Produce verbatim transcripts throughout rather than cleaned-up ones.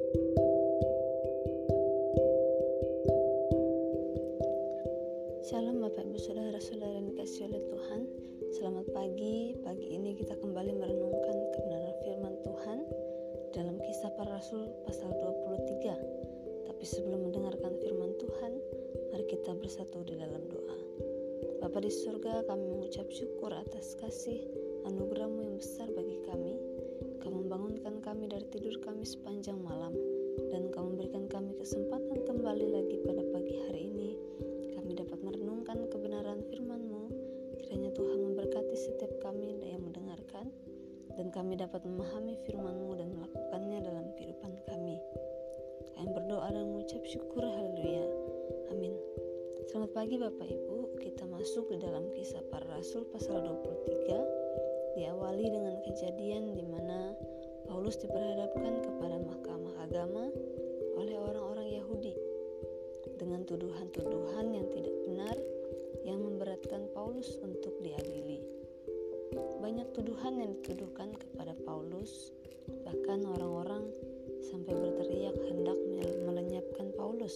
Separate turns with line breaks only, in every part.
Shalom Bapak Ibu Saudara-saudara yang dikasihi oleh Tuhan. Selamat pagi. Pagi ini kita kembali merenungkan kebenaran firman Tuhan dalam Kisah Para Rasul pasal dua puluh tiga. Tapi sebelum mendengarkan firman Tuhan, mari kita bersatu di dalam doa. Bapa di surga, kami mengucap syukur atas kasih anugerah-Mu yang besar bagi kami. Kau membangunkan kami dari tidur kami sepanjang malam, dan Kau memberikan kami kesempatan kembali lagi pada pagi hari ini. Kami dapat merenungkan kebenaran firman-Mu. Kiranya Tuhan memberkati setiap kami yang mendengarkan, dan kami dapat memahami firman-Mu dan melakukannya dalam kehidupan kami. Kami berdoa dan mengucap syukur, haleluya, amin. Selamat pagi Bapak Ibu. Kita masuk di dalam Kisah Para Rasul pasal dua puluh tiga. Diawali dengan kejadian di mana Paulus diperhadapkan kepada mahkamah agama oleh orang-orang Yahudi dengan tuduhan-tuduhan yang tidak benar yang memberatkan Paulus untuk diadili. Banyak tuduhan yang dituduhkan kepada Paulus, bahkan orang-orang sampai berteriak hendak melenyapkan Paulus,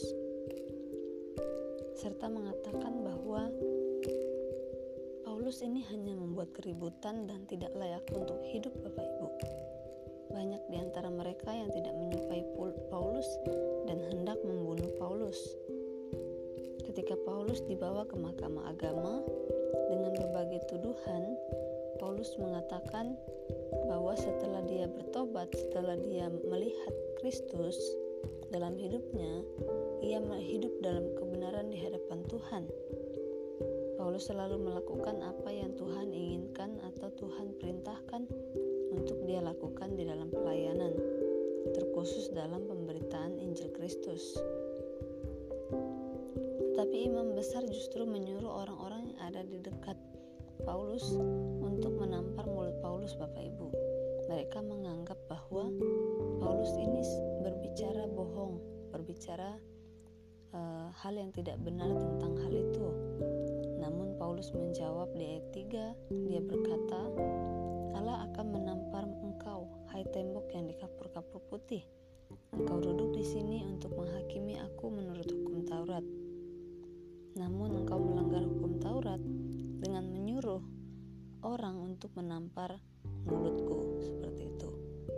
serta mengatakan bahwa Paulus ini hanya membuat keributan dan tidak layak untuk hidup. Bapak Ibu, banyak di antara mereka yang tidak menyukai Paulus dan hendak membunuh Paulus. Ketika Paulus dibawa ke mahkamah agama dengan berbagai tuduhan, Paulus mengatakan bahwa setelah dia bertobat, setelah dia melihat Kristus dalam hidupnya, ia hidup dalam kebenaran di hadapan Tuhan. Paulus selalu melakukan apa yang Tuhan inginkan atau Tuhan perintahkan untuk dia lakukan di dalam pelayanan, terkhusus dalam pemberitaan Injil Kristus. Tetapi imam besar justru menyuruh orang-orang yang ada di dekat Paulus untuk menampar mulut Paulus. Bapak Ibu, mereka menganggap bahwa Paulus ini berbicara bohong, berbicara uh, hal yang tidak benar tentang hal itu. Namun Paulus menjawab di ayat tiga, dia berkata, Allah akan menampar engkau, hai tembok yang dikapur-kapur putih. Engkau duduk di sini untuk menghakimi aku menurut hukum Taurat. Namun engkau melanggar hukum Taurat dengan menyuruh orang untuk menampar mulutku, seperti itu.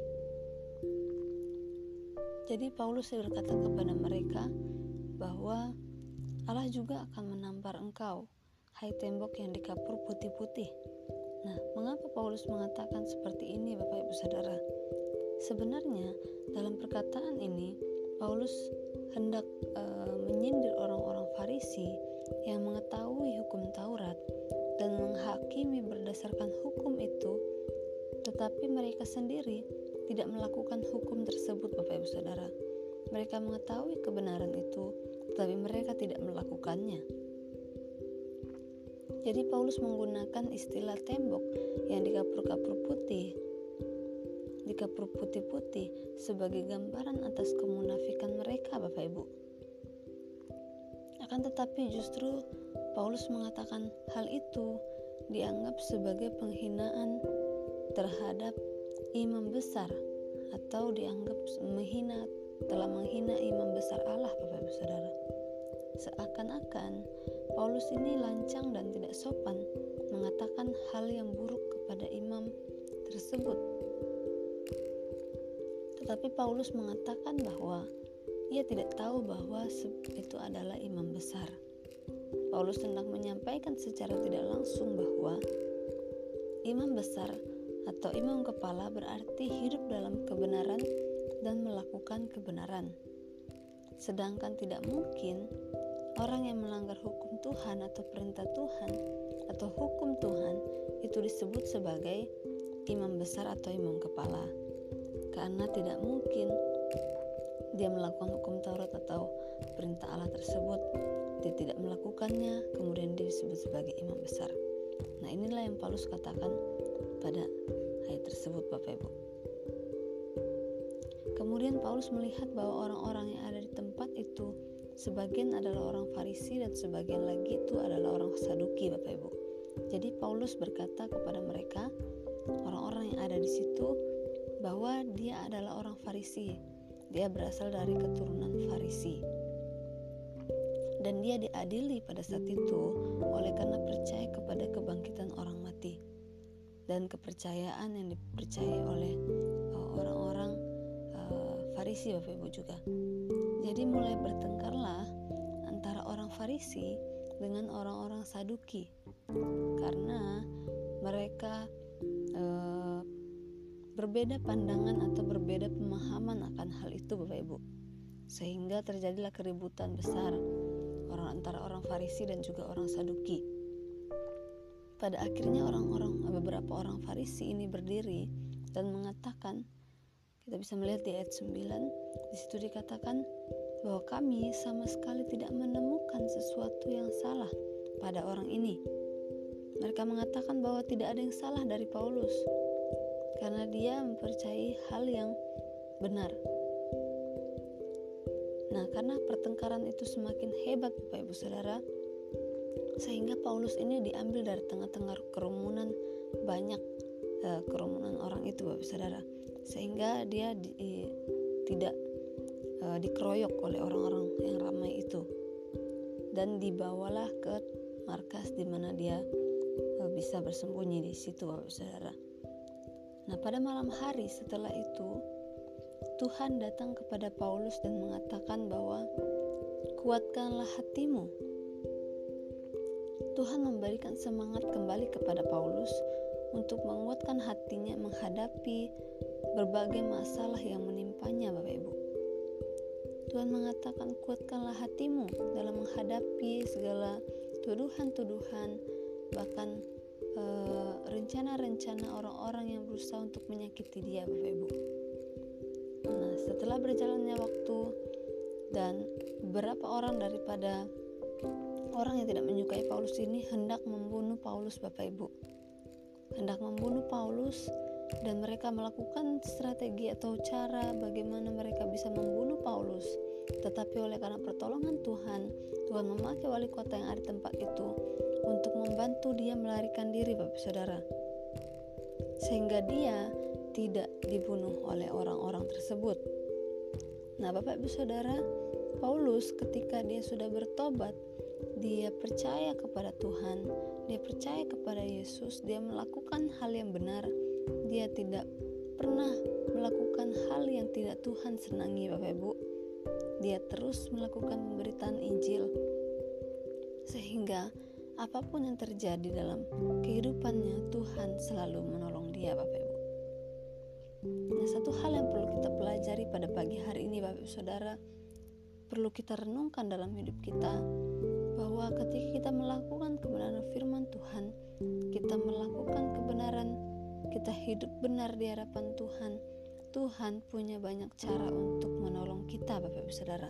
Jadi Paulus berkata kepada mereka bahwa Allah juga akan menampar engkau, hai tembok yang dikapur putih-putih. Nah, mengapa Paulus mengatakan seperti ini, Bapak Ibu Saudara? Sebenarnya dalam perkataan ini Paulus hendak e, menyindir orang-orang Farisi yang mengetahui hukum Taurat dan menghakimi berdasarkan hukum itu, tetapi mereka sendiri tidak melakukan hukum tersebut. Bapak Ibu Saudara, mereka mengetahui kebenaran itu, tetapi mereka tidak melakukannya. Jadi Paulus menggunakan istilah tembok yang dikapur-kapur putih, dikapur putih-putih sebagai gambaran atas kemunafikan mereka, Bapak Ibu. Akan tetapi justru Paulus mengatakan hal itu dianggap sebagai penghinaan terhadap imam besar, atau dianggap menghina, telah menghina imam besar Allah, Bapak Ibu Saudara. Seakan-akan Paulus ini lancang dan tidak sopan mengatakan hal yang buruk kepada imam tersebut. Tetapi Paulus mengatakan bahwa ia tidak tahu bahwa itu adalah imam besar. Paulus hendak menyampaikan secara tidak langsung bahwa imam besar atau imam kepala berarti hidup dalam kebenaran dan melakukan kebenaran. Sedangkan tidak mungkin orang yang melanggar hukum Tuhan atau perintah Tuhan atau hukum Tuhan itu disebut sebagai imam besar atau imam kepala, karena tidak mungkin dia melakukan hukum Taurat atau perintah Allah tersebut, dia tidak melakukannya, kemudian dia disebut sebagai imam besar. Nah, inilah yang Paulus katakan pada ayat tersebut, Bapak Ibu. Kemudian Paulus melihat bahwa orang-orang yang ada di tempat itu sebagian adalah orang Farisi dan sebagian lagi itu adalah orang Saduki, Bapak Ibu. Jadi Paulus berkata kepada mereka, orang-orang yang ada di situ, bahwa dia adalah orang Farisi Dia berasal dari keturunan Farisi. Dan dia diadili pada saat itu oleh karena percaya kepada kebangkitan orang mati dan kepercayaan yang dipercayai oleh uh, orang-orang uh, Farisi, Bapak Ibu juga. Jadi mulai bertengkarlah antara orang Farisi dengan orang-orang Saduki karena mereka uh, berbeda pandangan atau berbeda pemahaman akan hal itu, Bapak Ibu, sehingga terjadilah keributan besar orang antara orang Farisi dan juga orang Saduki. Pada akhirnya orang-orang beberapa orang Farisi ini berdiri dan mengatakan, kita bisa melihat di ayat sembilan, di situ dikatakan bahwa kami sama sekali tidak menemukan sesuatu yang salah pada orang ini. Mereka mengatakan bahwa tidak ada yang salah dari Paulus karena dia mempercayai hal yang benar. Nah, karena pertengkaran itu semakin hebat, Bapak Ibu Saudara, sehingga Paulus ini diambil dari tengah-tengah kerumunan banyak uh, kerumunan orang itu, Bapak Ibu Saudara, sehingga dia di, i, tidak uh, dikeroyok oleh orang-orang yang ramai itu, dan dibawalah ke markas di mana dia uh, bisa bersembunyi di situ, Bapak Ibu Saudara. Nah, pada malam hari setelah itu Tuhan datang kepada Paulus dan mengatakan bahwa kuatkanlah hatimu. Tuhan memberikan semangat kembali kepada Paulus untuk menguatkan hatinya menghadapi berbagai masalah yang menimpanya, Bapak Ibu. Tuhan mengatakan kuatkanlah hatimu dalam menghadapi segala tuduhan-tuduhan, bahkan uh, rencana-rencana orang-orang yang berusaha untuk menyakiti dia, Bapak Ibu. Nah, setelah berjalannya waktu dan beberapa orang daripada orang yang tidak menyukai Paulus ini hendak membunuh Paulus, Bapak Ibu. Hendak membunuh Paulus, dan mereka melakukan strategi atau cara bagaimana mereka bisa membunuh Paulus. Tetapi oleh karena pertolongan Tuhan, Tuhan memakai wali kota yang ada di tempat itu untuk membantu dia melarikan diri, Bapak Saudara, sehingga dia tidak dibunuh oleh orang-orang tersebut. Nah, Bapak Ibu Saudara, Paulus ketika dia sudah bertobat, dia percaya kepada Tuhan, dia percaya kepada Yesus, dia melakukan hal yang benar, dia tidak pernah melakukan hal yang tidak Tuhan senangi, Bapak Ibu. Dia terus melakukan pemberitaan Injil, sehingga apapun yang terjadi dalam kehidupannya, Tuhan selalu menolong dia, Bapak Ibu. Nah, satu hal yang perlu kita pelajari pada pagi hari ini, Bapak Ibu Saudara, perlu kita renungkan dalam hidup kita, bahwa ketika kita melakukan kebenaran firman Tuhan, kita melakukan kebenaran, kita hidup benar di hadapan Tuhan, Tuhan punya banyak cara untuk menolong kita, Bapak Ibu Saudara.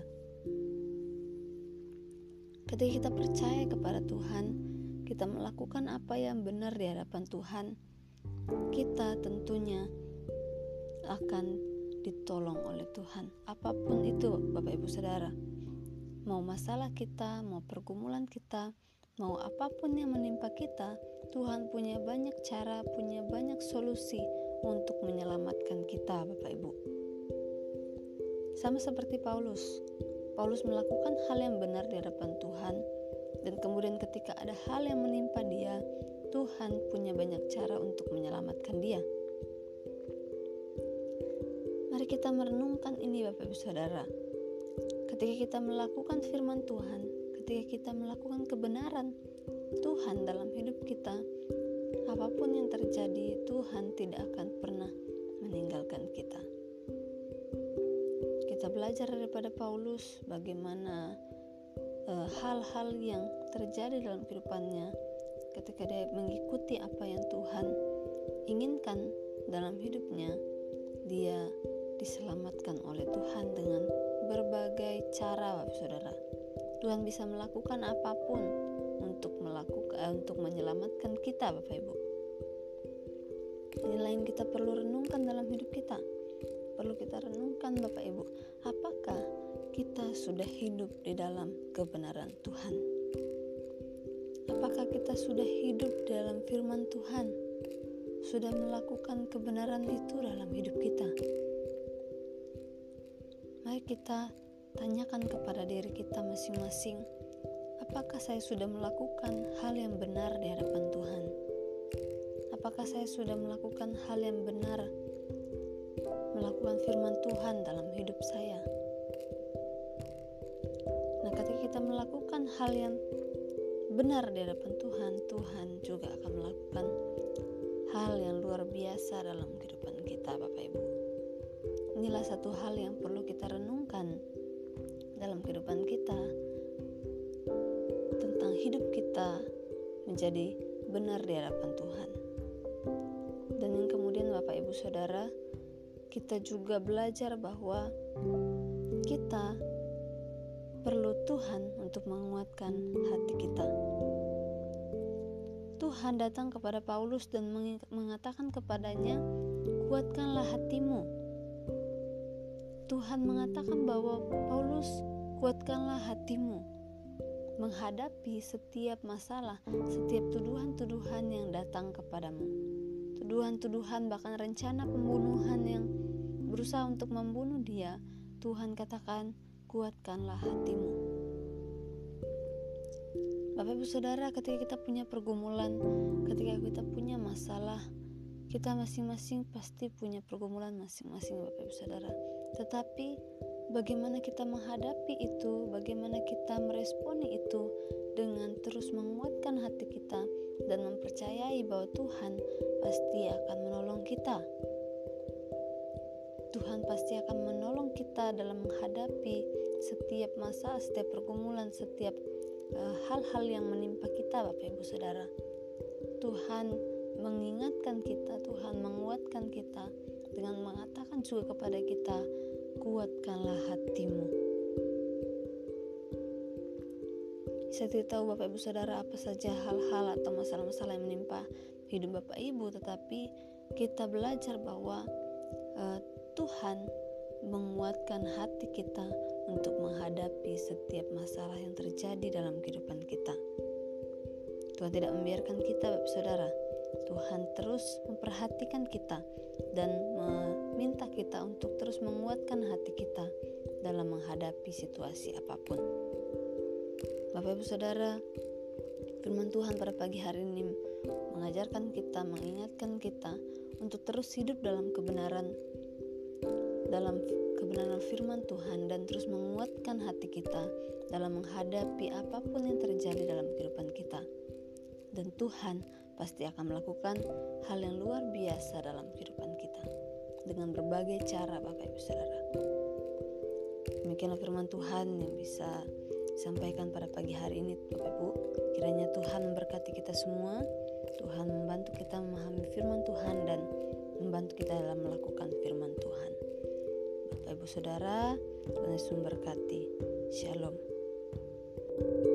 Ketika kita percaya kepada Tuhan, kita melakukan apa yang benar di hadapan Tuhan, kita tentunya akan ditolong oleh Tuhan. Apapun itu, Bapak Ibu Saudara, mau masalah kita, mau pergumulan kita, mau apapun yang menimpa kita, Tuhan punya banyak cara, punya banyak solusi untuk menyelamatkan kita, Bapak Ibu. Sama seperti Paulus. Paulus melakukan hal yang benar di hadapan Tuhan, dan kemudian ketika ada hal yang menimpa dia, Tuhan punya banyak cara untuk menyelamatkan dia. Mari kita merenungkan ini, Bapak Ibu Saudara. Ketika kita melakukan firman Tuhan, ketika kita melakukan kebenaran Tuhan dalam hidup kita, apapun yang terjadi, Tuhan tidak akan pernah meninggalkan kita. Kita belajar daripada Paulus bagaimana uh, hal-hal yang terjadi dalam kehidupannya ketika dia mengikuti apa yang Tuhan inginkan dalam hidupnya. Dia diselamatkan oleh Tuhan dengan berbagai cara, Bapak Saudara. Tuhan bisa melakukan apapun untuk melakukan eh, untuk menyelamatkan kita, Bapak Ibu. Inilah yang kita perlu renungkan dalam hidup kita. Perlu kita renungkan, Bapak Ibu, apakah kita sudah hidup di dalam kebenaran Tuhan? Apakah kita sudah hidup dalam firman Tuhan? Sudah melakukan kebenaran itu dalam hidup kita? mulai kita tanyakan kepada diri kita masing-masing, apakah saya sudah melakukan hal yang benar di hadapan Tuhan? Apakah saya sudah melakukan hal yang benar, melakukan firman Tuhan dalam hidup saya? Nah, ketika kita melakukan hal yang benar di hadapan Tuhan, Tuhan juga akan melakukan hal yang luar biasa dalam kehidupan kita, Bapak Ibu. Inilah satu hal yang perlu kita renungkan dalam kehidupan kita, tentang hidup kita menjadi benar di hadapan Tuhan. Dan yang kemudian Bapak Ibu Saudara, kita juga belajar bahwa kita perlu Tuhan untuk menguatkan hati kita. Tuhan datang kepada Paulus dan mengatakan kepadanya, kuatkanlah hatimu. Tuhan mengatakan bahwa Paulus, kuatkanlah hatimu menghadapi setiap masalah, setiap tuduhan-tuduhan yang datang kepadamu. Tuduhan-tuduhan, bahkan rencana pembunuhan yang berusaha untuk membunuh dia. Tuhan katakan, kuatkanlah hatimu. Bapak Ibu Saudara, ketika kita punya pergumulan, ketika kita punya masalah, kita masing-masing pasti punya pergumulan masing-masing, Bapak Ibu Saudara. Tetapi bagaimana kita menghadapi itu, bagaimana kita meresponi itu dengan terus menguatkan hati kita dan mempercayai bahwa Tuhan pasti akan menolong kita. Tuhan pasti akan menolong kita dalam menghadapi setiap masalah, setiap pergumulan, setiap uh, hal-hal yang menimpa kita, Bapak Ibu Saudara. Tuhan mengingatkan kita, Tuhan menguatkan kita dengan mengatakan juga kepada kita, kuatkanlah hatimu. Saya tidak tahu Bapak Ibu Saudara apa saja hal-hal atau masalah-masalah yang menimpa hidup Bapak Ibu, tetapi kita belajar bahwa uh, Tuhan menguatkan hati kita untuk menghadapi setiap masalah yang terjadi dalam kehidupan kita. Tuhan tidak membiarkan kita, Bapak Saudara. Tuhan terus memperhatikan kita dan meminta kita untuk terus menguatkan hati kita dalam menghadapi situasi apapun. Bapak Ibu Saudara, firman Tuhan pada pagi hari ini mengajarkan kita, mengingatkan kita untuk terus hidup dalam kebenaran dalam kebenaran firman Tuhan dan terus menguatkan hati kita dalam menghadapi apapun yang terjadi dalam kehidupan kita. Dan Tuhan pasti akan melakukan hal yang luar biasa dalam kehidupan kita dengan berbagai cara, Bapak Ibu Saudara. Demikianlah firman Tuhan yang bisa disampaikan pada pagi hari ini, Bapak Ibu. Kiranya Tuhan memberkati kita semua. Tuhan membantu kita memahami firman Tuhan dan membantu kita dalam melakukan firman Tuhan. Bapak Ibu Saudara, Tuhan Yesus memberkati. Shalom.